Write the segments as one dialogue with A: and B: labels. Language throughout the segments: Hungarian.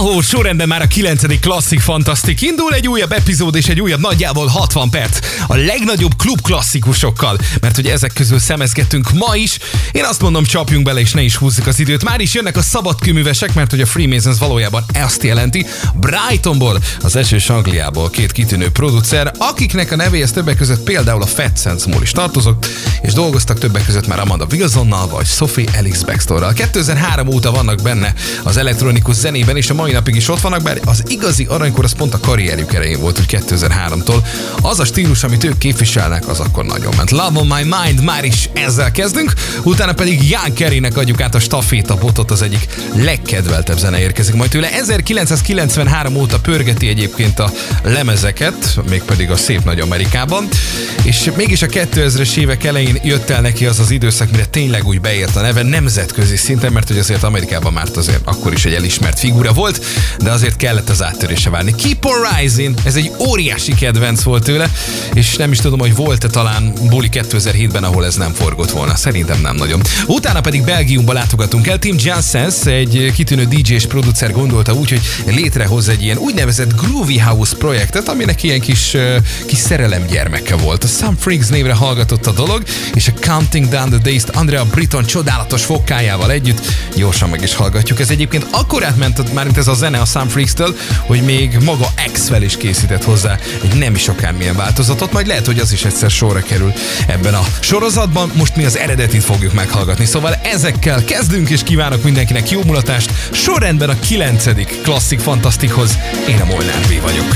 A: Ahó, sorrendben már a 9. Klasszik Fantasztik indul, egy újabb epizód és egy újabb nagyjából 60 perc a legnagyobb klub klasszikusokkal, mert hogy ezek közül szemezgetünk ma is. Én azt mondom, csapjunk bele és ne is húzzuk az időt. Már is jönnek a szabadkőművesek, mert hogy a Freemasons valójában ezt jelenti. Brightonból, az esős Angliából két kitűnő producer, akiknek a nevéhez többek között például a Fat Sense Mall is tartozott, és dolgoztak többek között már Amanda Wilsonnal vagy Sophie Ellis Bextorral. 2003 óta vannak benne az elektronikus zenében, és a mai napig is ott vannak, bár az igazi aranykor az pont a karrierjük elején volt, hogy 2003-tól. Az a stílus, amit ők képviselnek, az akkor nagyon ment. Love on My Mind, már is ezzel kezdünk, utána pedig Ian Careynek adjuk át a stafétabotot, az egyik legkedveltebb zene érkezik majd tőle. 1993 óta pörgeti egyébként a lemezeket, mégpedig a szép nagy Amerikában, és mégis a 2000-es évek elején jött el neki az az időszak, mire tényleg úgy beért a neve nemzetközi szinten, mert hogy azért Amerikában már azért akkor is egy elismert figura volt, de azért kellett az áttörése várni. Keep on Rising, ez egy óriási kedvenc volt tőle, és nem is tudom, hogy volt-e talán buli 2007-ben, ahol ez nem forgott volna. Szerintem nem nagyon. Utána pedig Belgiumba látogatunk el. Tim Janssens, egy kitűnő DJ és producer gondolta úgy, hogy létrehoz egy ilyen úgynevezett Groovy House projektet, aminek ilyen kis szerelem gyermeke volt. A Some Freaks névre hallgatott a dolog, és a Counting Down the Days-t Andrea Britton csodálatos fokkájával együtt gyorsan meg is hallgatjuk. Ez egyébként akkor átment már, mint ez a zene a Some Freaks-től, hogy még maga Axwell is készített hozzá egy nem is akármilyen változatot, majd lehet, hogy az is egyszer sorra kerül ebben a sorozatban. Most mi az eredetit fogjuk meghallgatni, szóval ezekkel kezdünk, és kívánok mindenkinek jó mulatást. Sorrendben a 9. Klasszik Fantasztikhoz. Én a Molnár B. vagyok.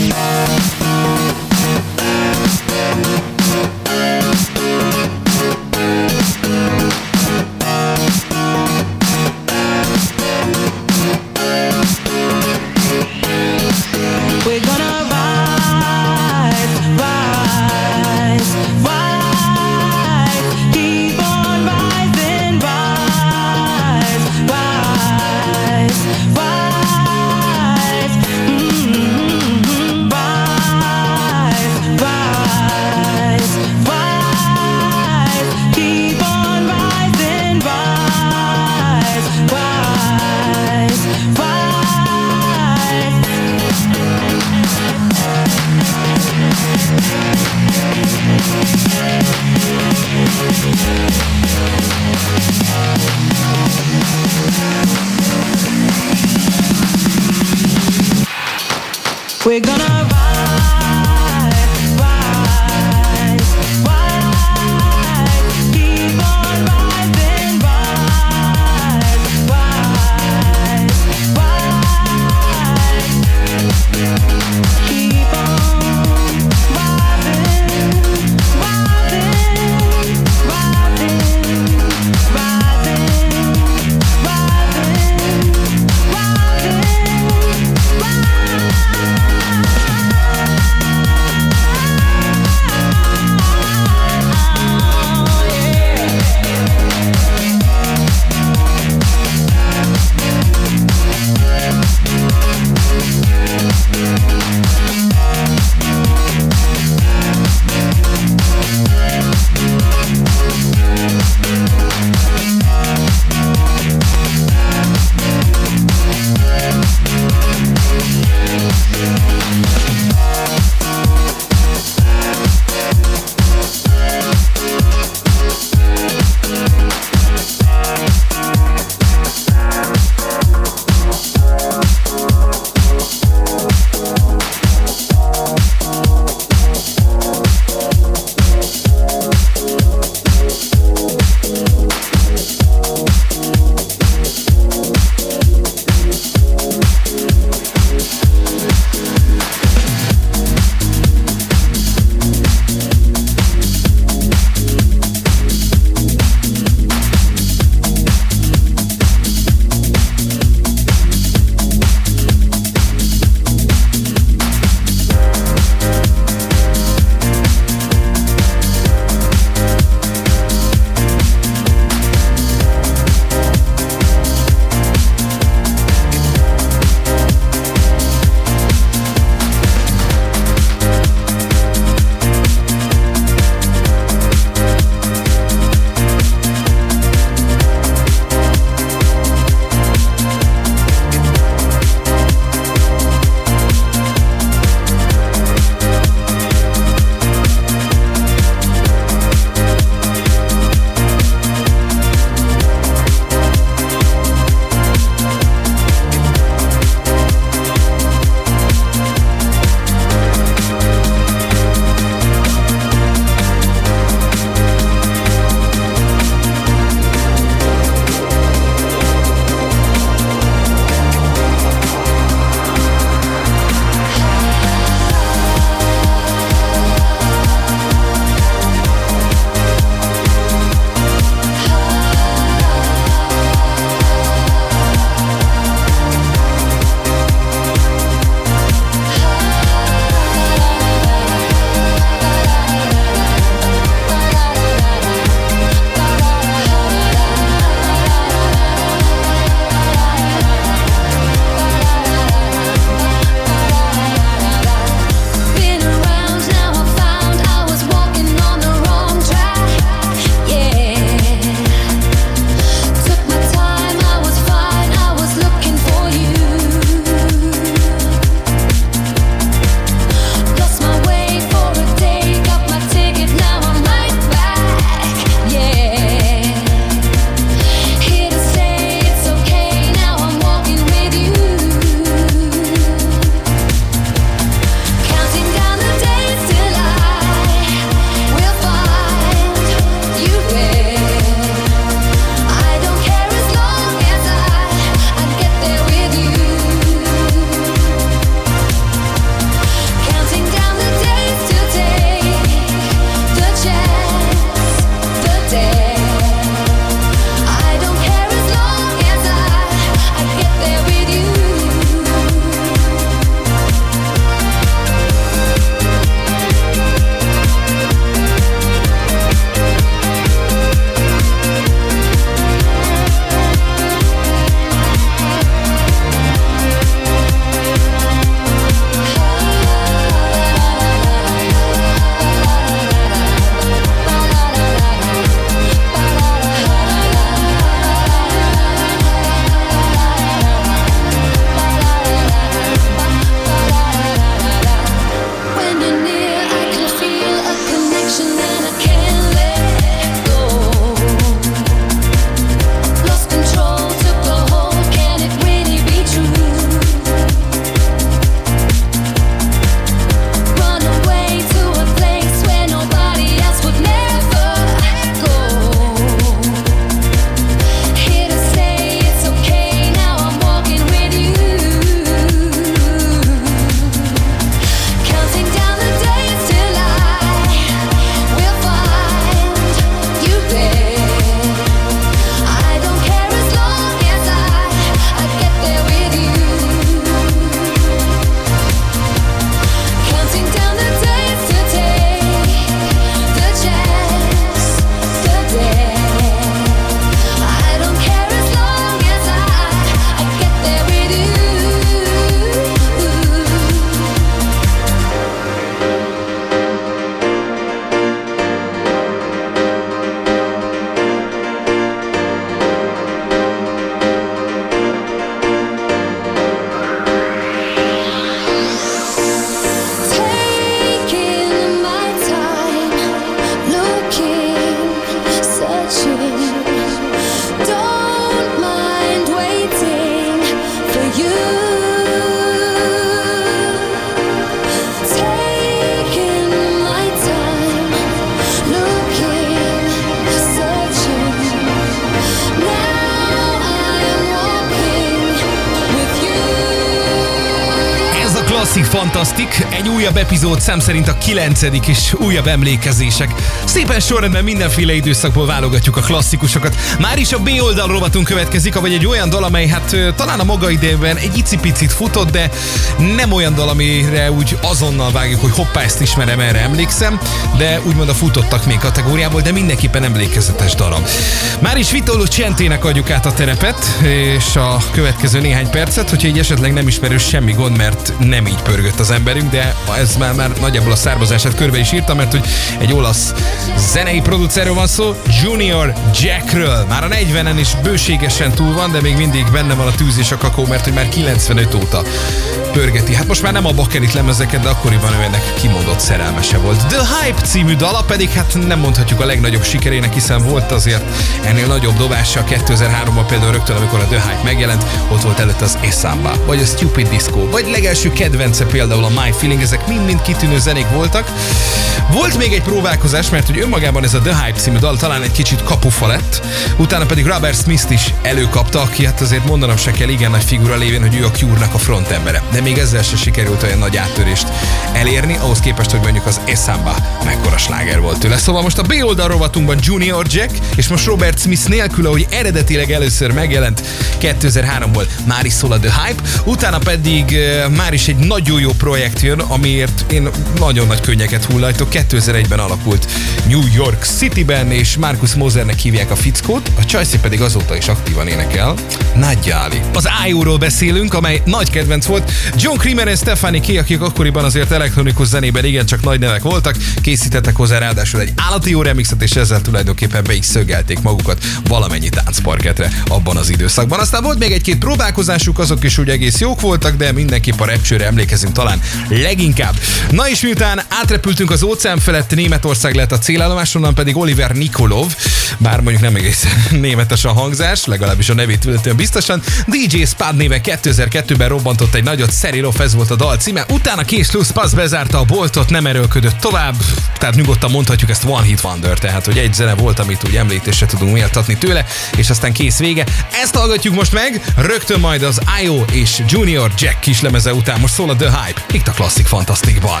A: Fantasztik, egy újabb epizód, szám szerint a 9. és újabb emlékezések. Szépen sorrendben mindenféle időszakból válogatjuk a klasszikusokat. Már is a B oldal rovatunk következik, vagy egy olyan dal, amely talán a maga idejében egy icipicit futott, de nem olyan dal, amire úgy azonnal vágjuk, hogy hoppá, ezt ismerem, erre emlékszem, de úgymond a futottak még kategóriából, de mindenképpen emlékezetes darab. Már is Vito Lucentének adjuk át a terepet, és a következő néhány percet, hogyha így esetleg nem ismerős, semmi gond, mert nem így pörgött az emberünk, de ez már nagyjából a származását körbe is írta, mert hogy egy olasz zenei producerről van szó, Junior Jackről. Már a 40-en is bőségesen túl van, de még mindig benne van a tűz és a kakó, mert hogy már 95 óta pörgeti. Hát most már nem a bakelit lemezeket, de akkoriban ő ennek kimondott szerelmese volt. The Hype című dala pedig hát nem mondhatjuk a legnagyobb sikerének, hiszen volt azért ennél nagyobb dobása 2003-ban például rögtön, amikor a The Hype megjelent, ott volt előtt az E-Samba, vagy a Stupid Disco, vagy legelső kedvence például a My Feeling, ezek mind-mind kitűnő zenék voltak. Volt még egy próbálkozás, mert hogy önmagában ez a The Hype című dal talán egy kicsit kapufa lett, utána pedig Robert Smith-t is előkapta, aki hát azért mondanom se kell, igen nagy figura lévén, hogy ő a Cure-nak a frontembere. De még ezzel se sikerült olyan nagy áttörést elérni, ahhoz képest, hogy mondjuk az E-Samba mekkora sláger volt tőle. Szóval most a B oldal rovatunkban Junior Jack, és most Robert Smith nélkül, ahogy eredetileg először megjelent 2003-ból, már is szól a The Hype, utána pedig már is egy nagyon jó projekt jön, amiért én nagyon nagy könnyeket hullajtok. 2001-ben alakult New York Cityben, és Marcus Mosernek hívják a fickót, a Csajci pedig azóta is aktívan énekel. Nagyjáli. Az IO-ról beszélünk, amely nagy kedvenc volt. John Creamer és Stephanie K, akik akkoriban azért elektronikus zenében igencsak nagy nevek voltak, készítettek hozzá ráadásul egy állati jó remixet, és ezzel tulajdonképpen be is szögelték magukat valamennyi táncparketre abban az időszakban. Aztán volt még egy-két próbálkozásuk, azok is úgy egész jók voltak, de mindenképp a Rapture-re emlékezünk talán leginkább. Na és miután átrepültünk az óceán felett, Németország lett a célállomás, onnan pedig Oliver Nikolov, bár mondjuk nem egészen németes a hangzás, legalábbis a nevét illetően biztosan, DJ Spud néven 2002-ben robbantott egy nagyot, Serilov, ez volt a dal címe, utána Case Loose Pass bezárta a boltot, nem erőlködött tovább, tehát nyugodtan mondhatjuk ezt One Hit Wonder, tehát hogy egy zene volt, amit úgy említésre tudunk méltatni tőle, és aztán kész vége. Ezt hallgatjuk most meg, rögtön majd az IO és Junior Jack kislemeze után, most szól a The Hype, itt a Klasszik Fantasztikban.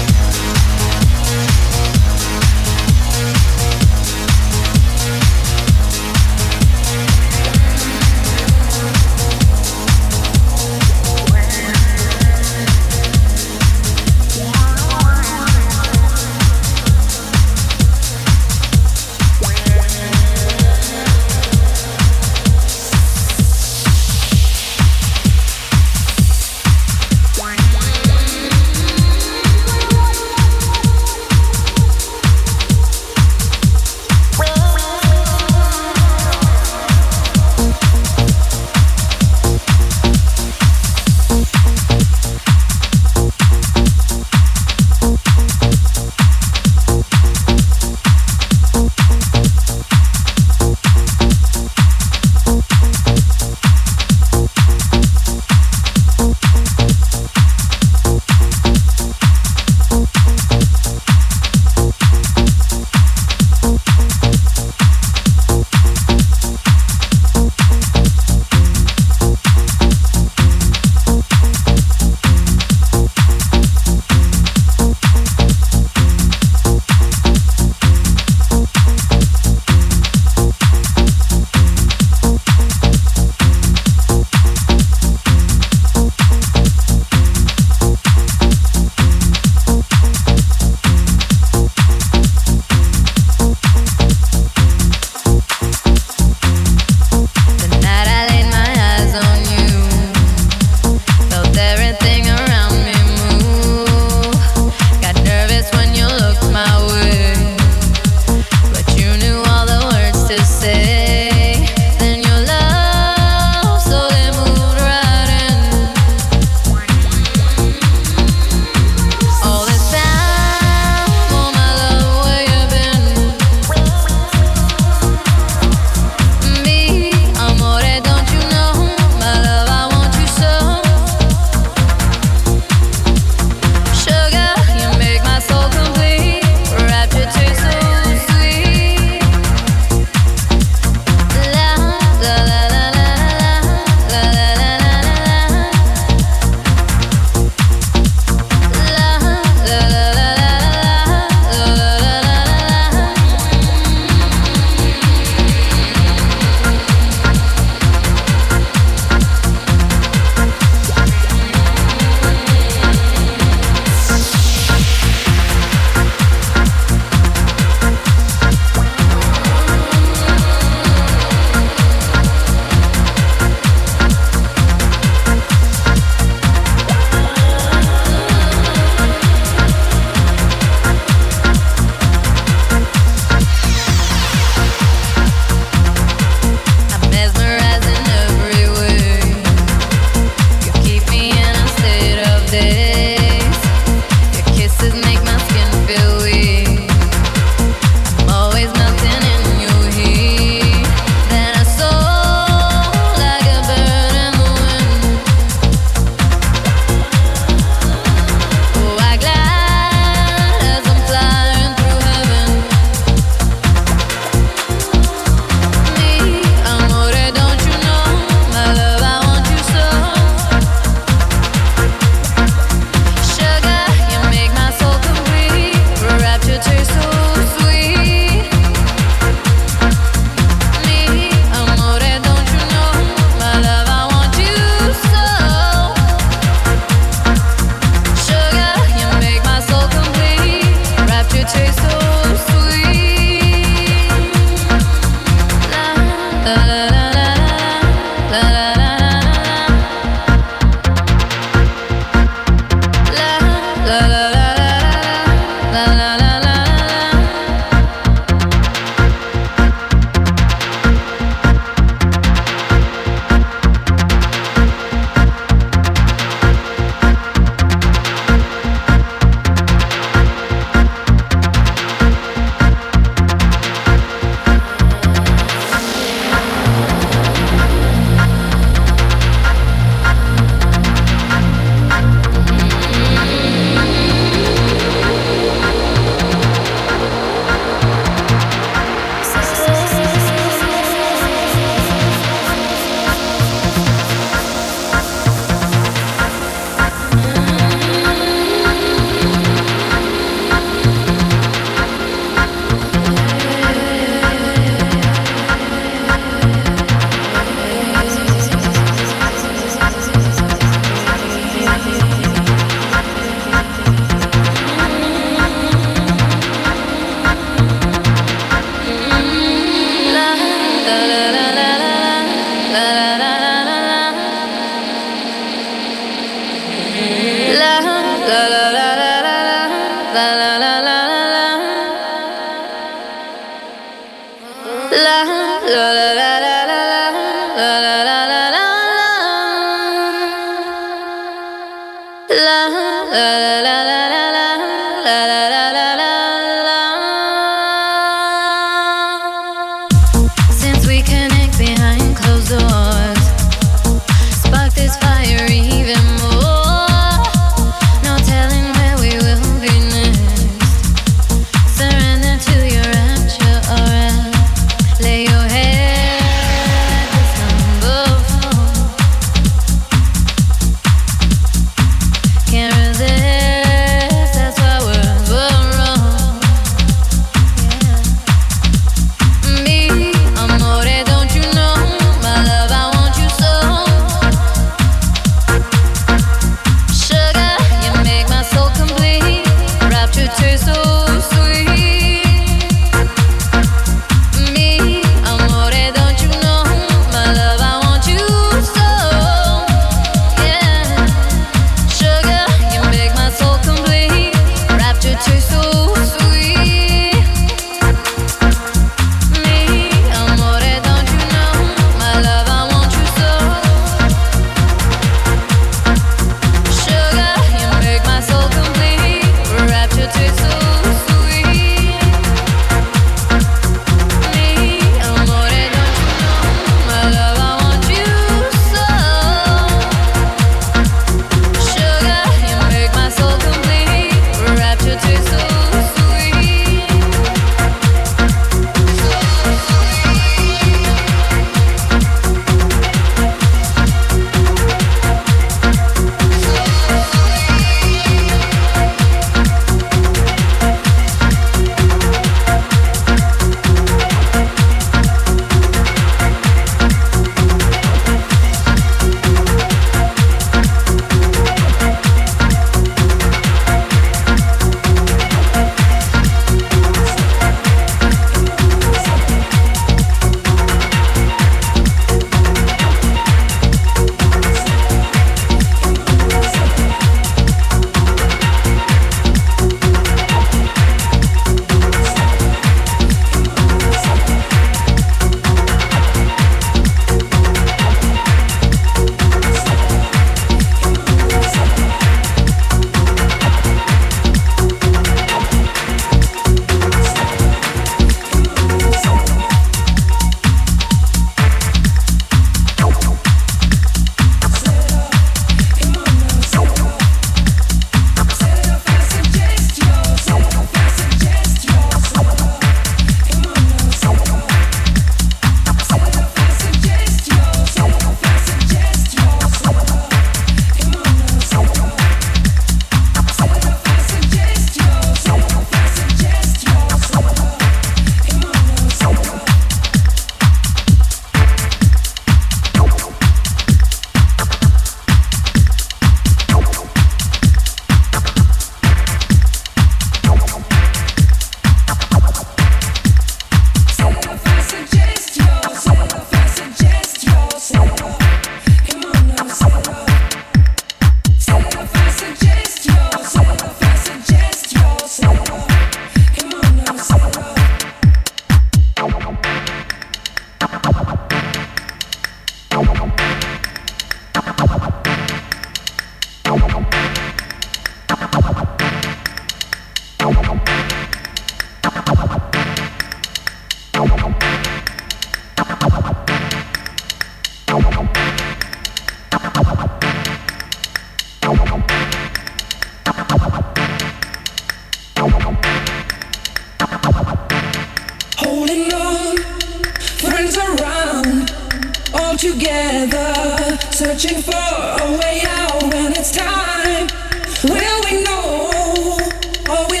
B: together, searching for a way out when it's time. Will we know or we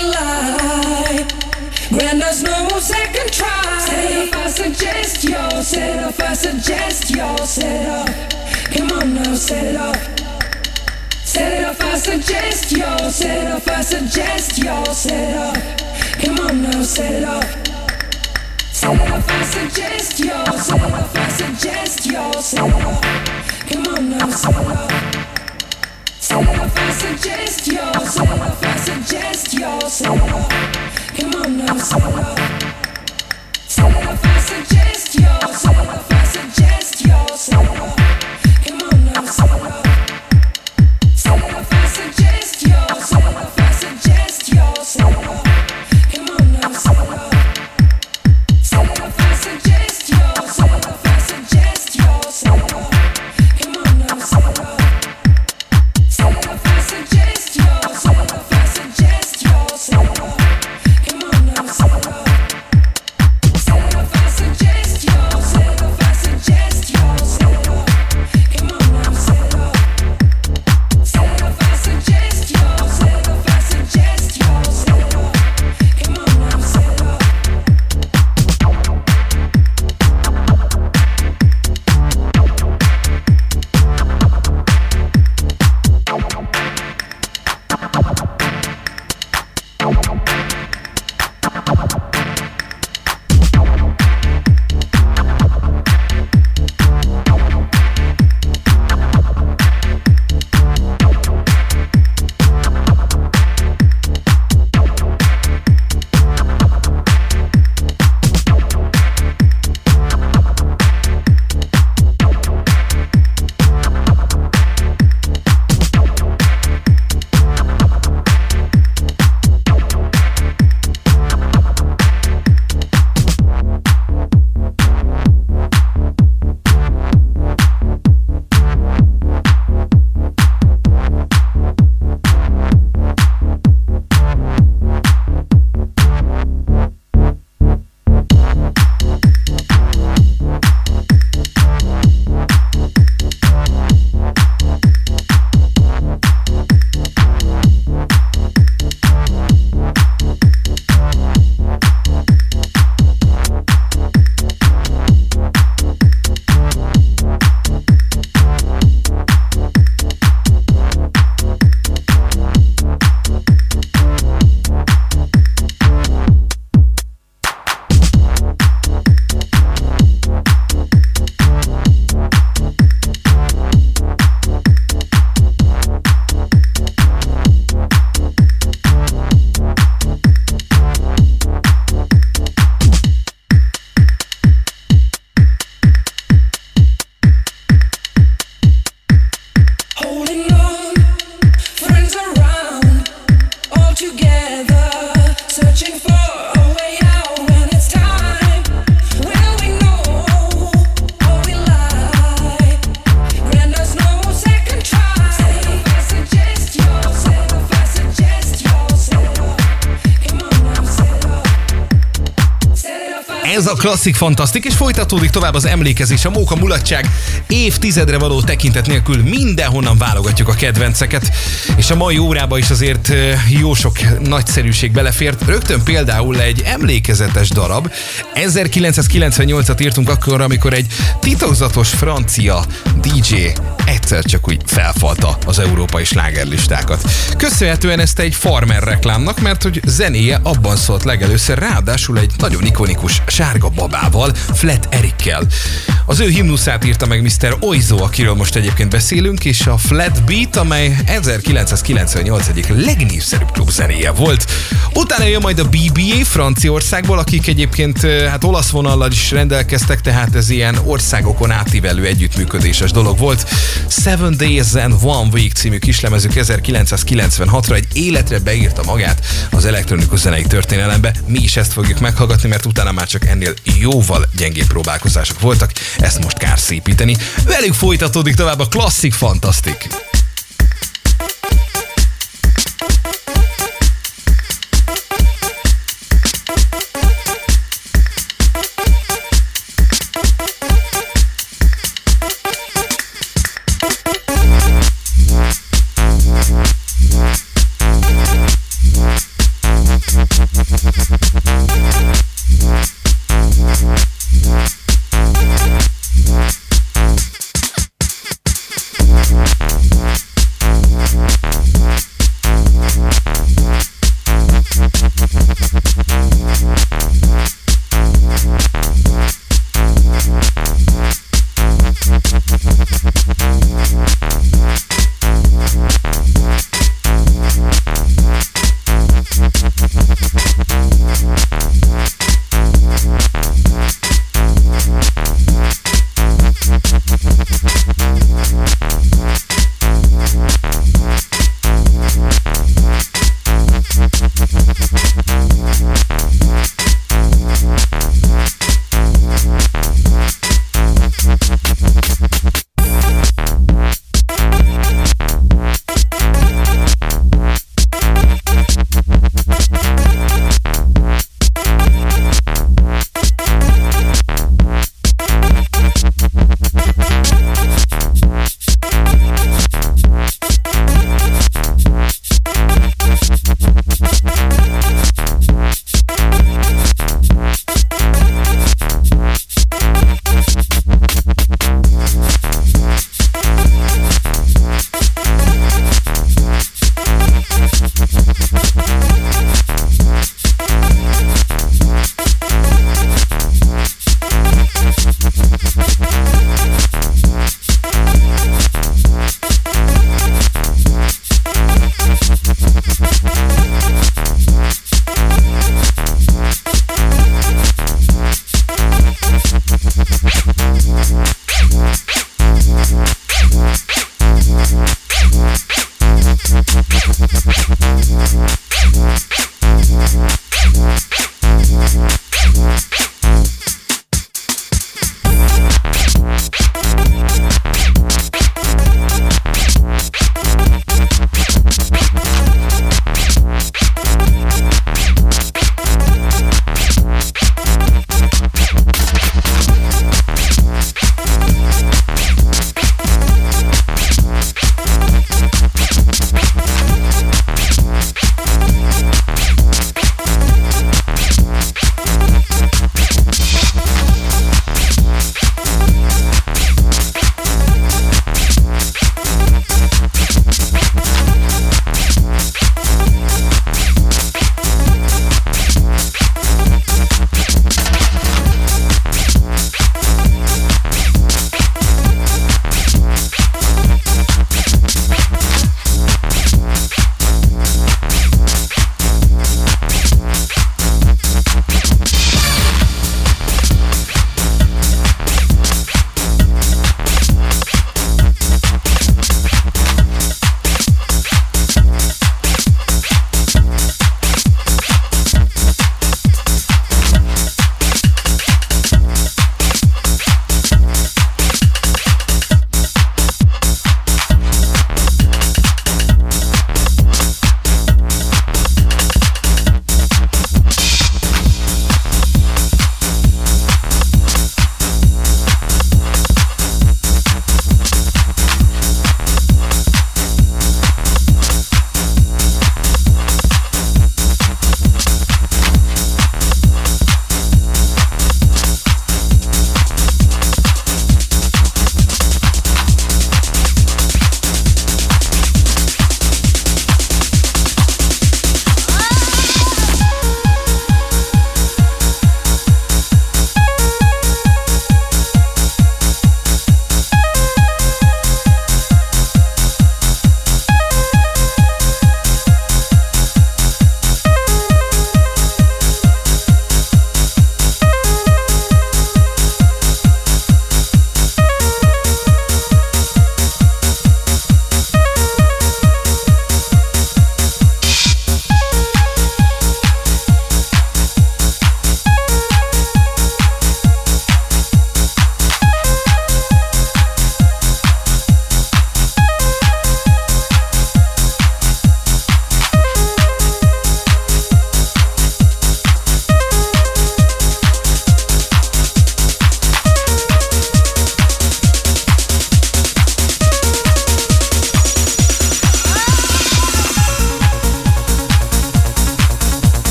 B: lie? Grant us no second try. Set up, I suggest your set up, I suggest your set up. Come on now, set it up. Set it up, I suggest your set up, I suggest your set up. Come on now, set it up. Set it up, I suggest your set up, I suggest your set up. Come on now, set it up. Set it up, I suggest your set up, I suggest your set up. Come on now, set it up. Set it up, I suggest your set up, I suggest your set up. Come on now, set it up. Set it up, I suggest.
A: Ez a klasszik fantasztik, és folytatódik tovább az emlékezés, a móka mulatság. Évtizedre való tekintet nélkül mindenhonnan válogatjuk a kedvenceket, és a mai órába is azért jó sok nagyszerűség belefért. Rögtön például egy emlékezetes darab. 1998-at írtunk akkor, amikor egy titokzatos francia DJ egyszer csak úgy felfalta az európai slágerlistákat. Köszönhetően ezt egy Farmer reklámnak, mert hogy zenéje abban szólt legelőször, ráadásul egy nagyon ikonikus sárga babával, Flat Erikkel. Az ő himnuszát írta meg Mr. Oizo, akiről most egyébként beszélünk, és a Flat Beat, amely 1998 egyik legnépszerűbb klubzenéje volt. Utána jön majd a BBA Franciaországból, akik egyébként hát olasz vonallal is rendelkeztek, tehát ez ilyen országokon átívelő együttműködéses dolog volt. 7 Days and One Week című kislemezük 1996-ra egy életre beírta magát az elektronikus zenei történelembe. Mi is ezt fogjuk meghallgatni, mert utána már csak ennél jóval gyengébb próbálkozások voltak, ezt most kár szépíteni. Velük folytatódik tovább a klasszik fantasztik.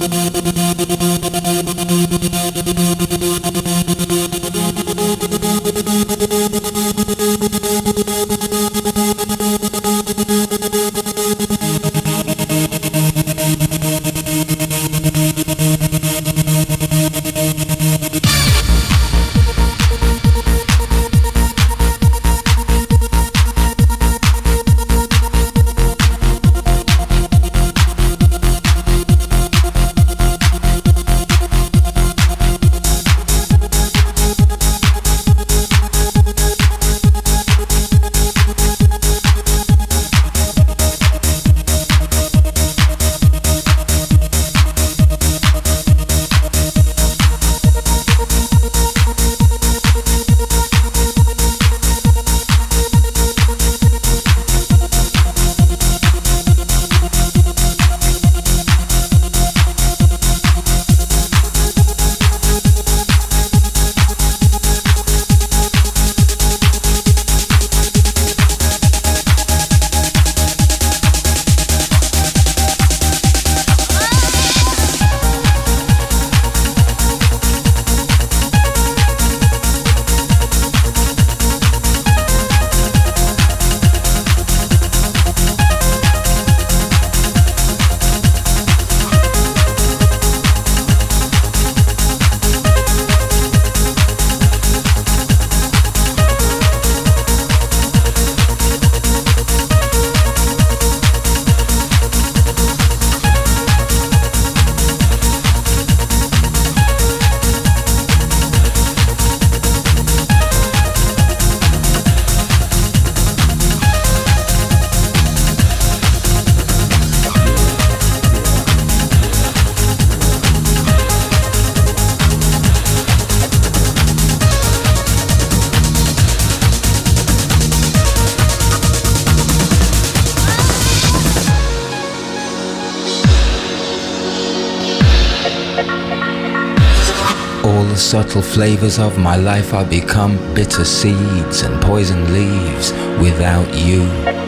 C: All the subtle flavors of my life are become bitter seeds and poison leaves without you.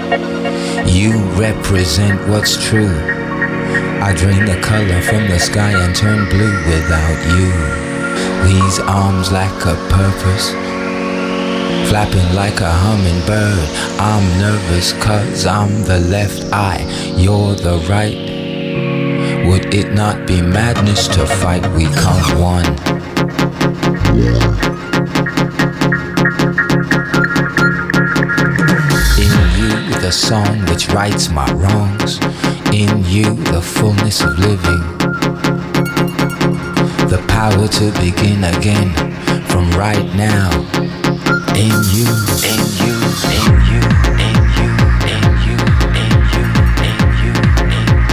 C: You represent what's true. I drain the color from the sky and turn blue without you. These arms lack a purpose, flapping like a hummingbird. I'm nervous 'cause I'm the left eye, you're the right. Would it not be madness to fight? We come one. In you, the song which rights my wrongs. In you, the fullness of living. The power to begin again from right now. In you, in you, in you, in you, in you, in you, in you, in you.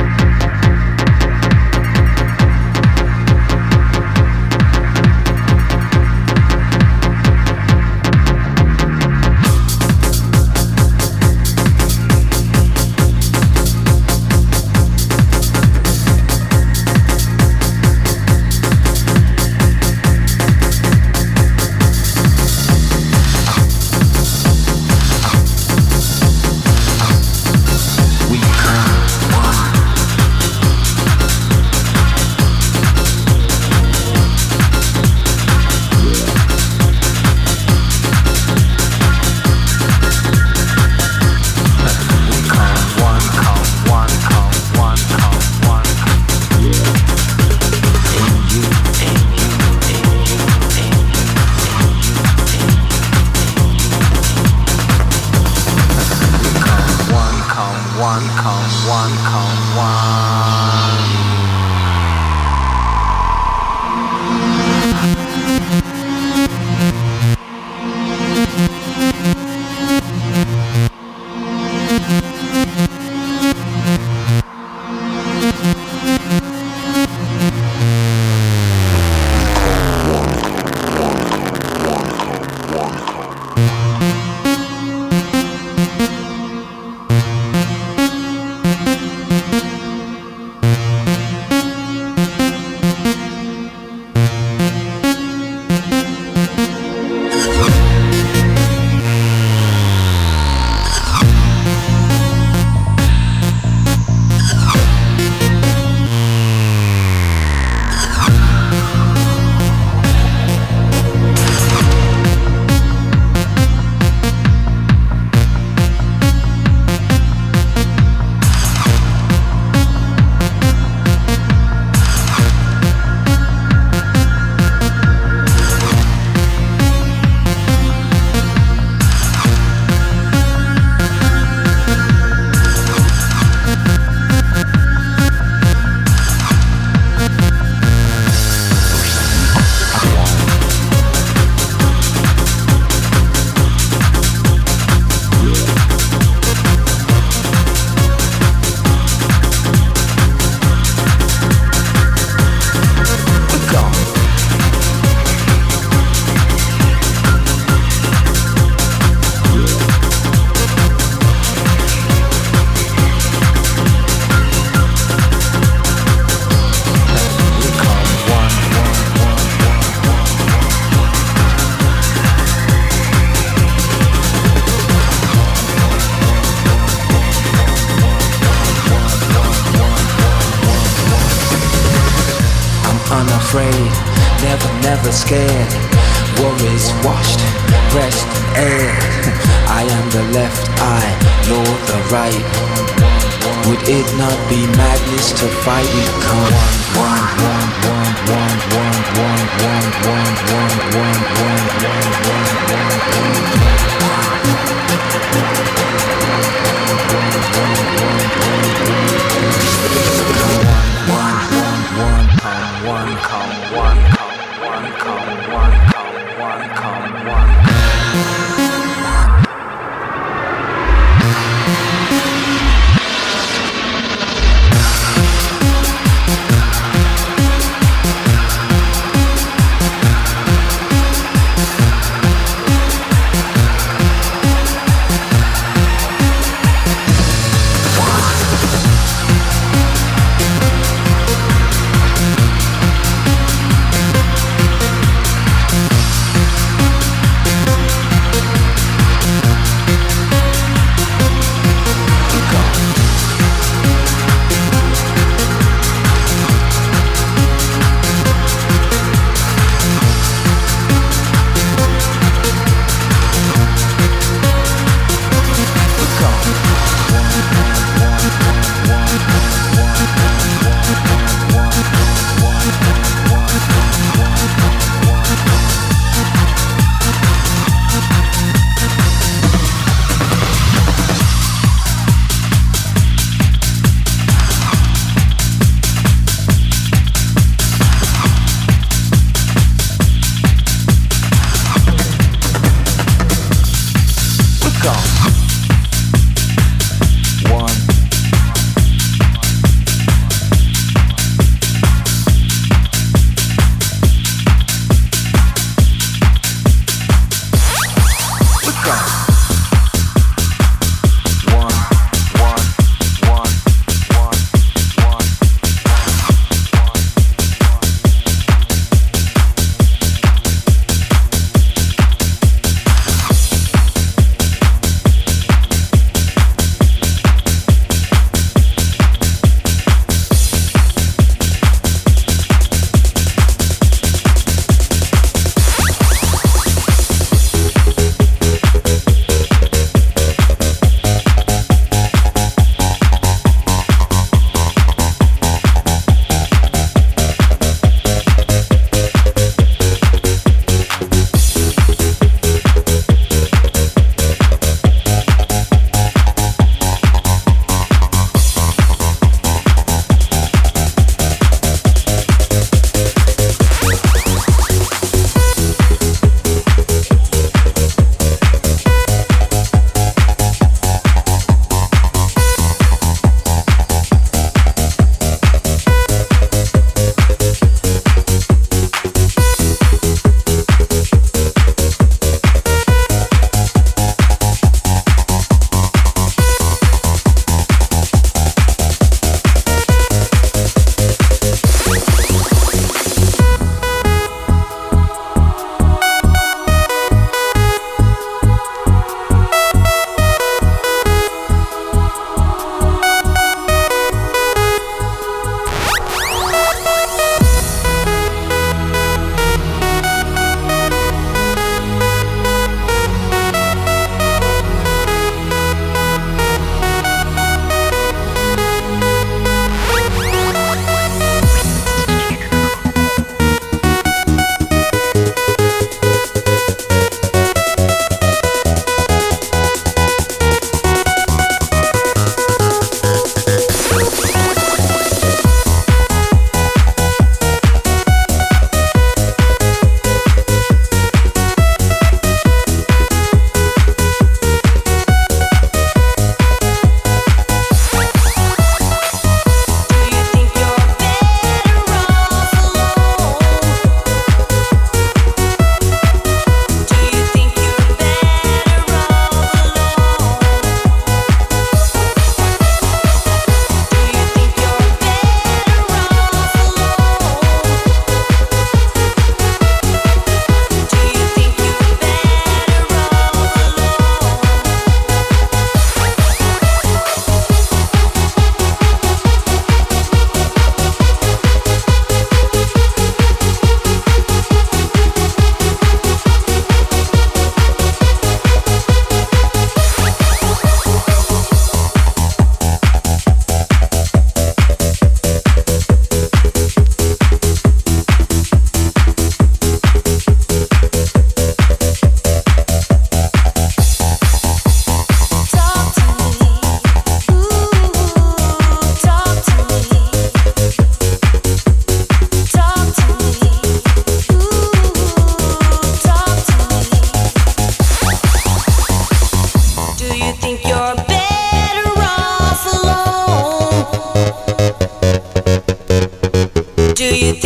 C: unafraid, never, never scared. Worries washed, rest air. I am the left eye, you're the right. Would it not be madness to fight? We come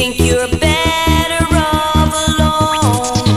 D: think you're better off alone?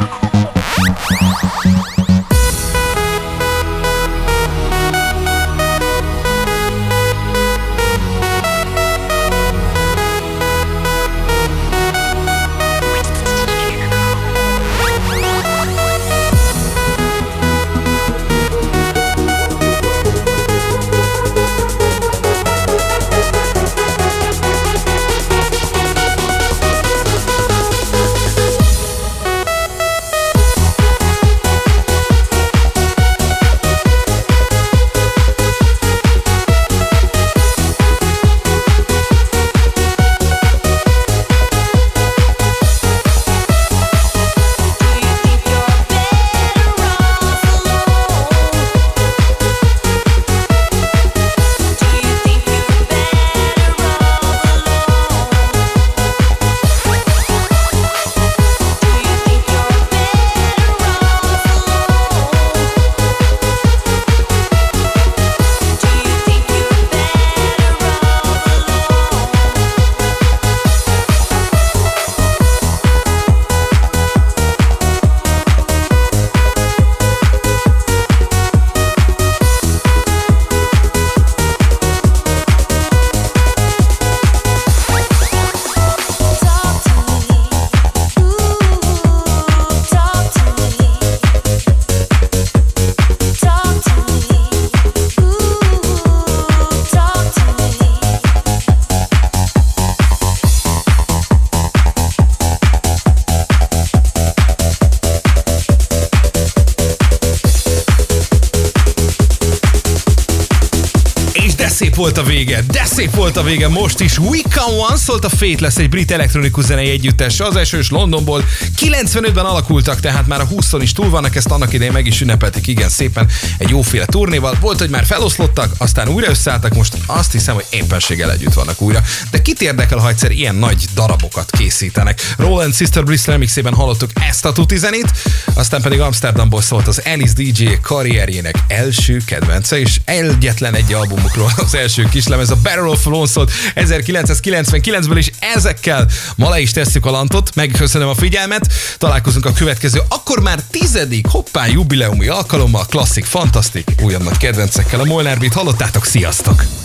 A: De szép volt a vége most is. We Come One szólt a Fateless, egy brit elektronikus zenei együttes az esős Londonból. 95-ben alakultak, tehát már a 20-on is túl vannak, ezt annak idején meg is ünnepelték igen szépen egy jóféle turnéval. Volt, hogy már feloszlottak, aztán újra összeálltak, most azt hiszem, hogy éppenséggel együtt vannak újra. De kit érdekel, ha egyszer ilyen nagy darabokat készítenek? Roland Sister Bliss remixében hallottuk ezt a tuti zenét, aztán pedig Amsterdamból szólt az Alice DJ karrierjének első kedvence, és egyetlen egy albumukról az első kislemez, a Barrel of Alone szólt 1999-ből, és ezekkel ma le is tesszük a lantot. Megköszönöm a figyelmet, találkozunk a következő, akkor már 10. hoppá jubileumi alkalommal, klasszik, fantasztik, újabb nagy kedvencekkel. A Molnár Beat hallottátok, sziasztok!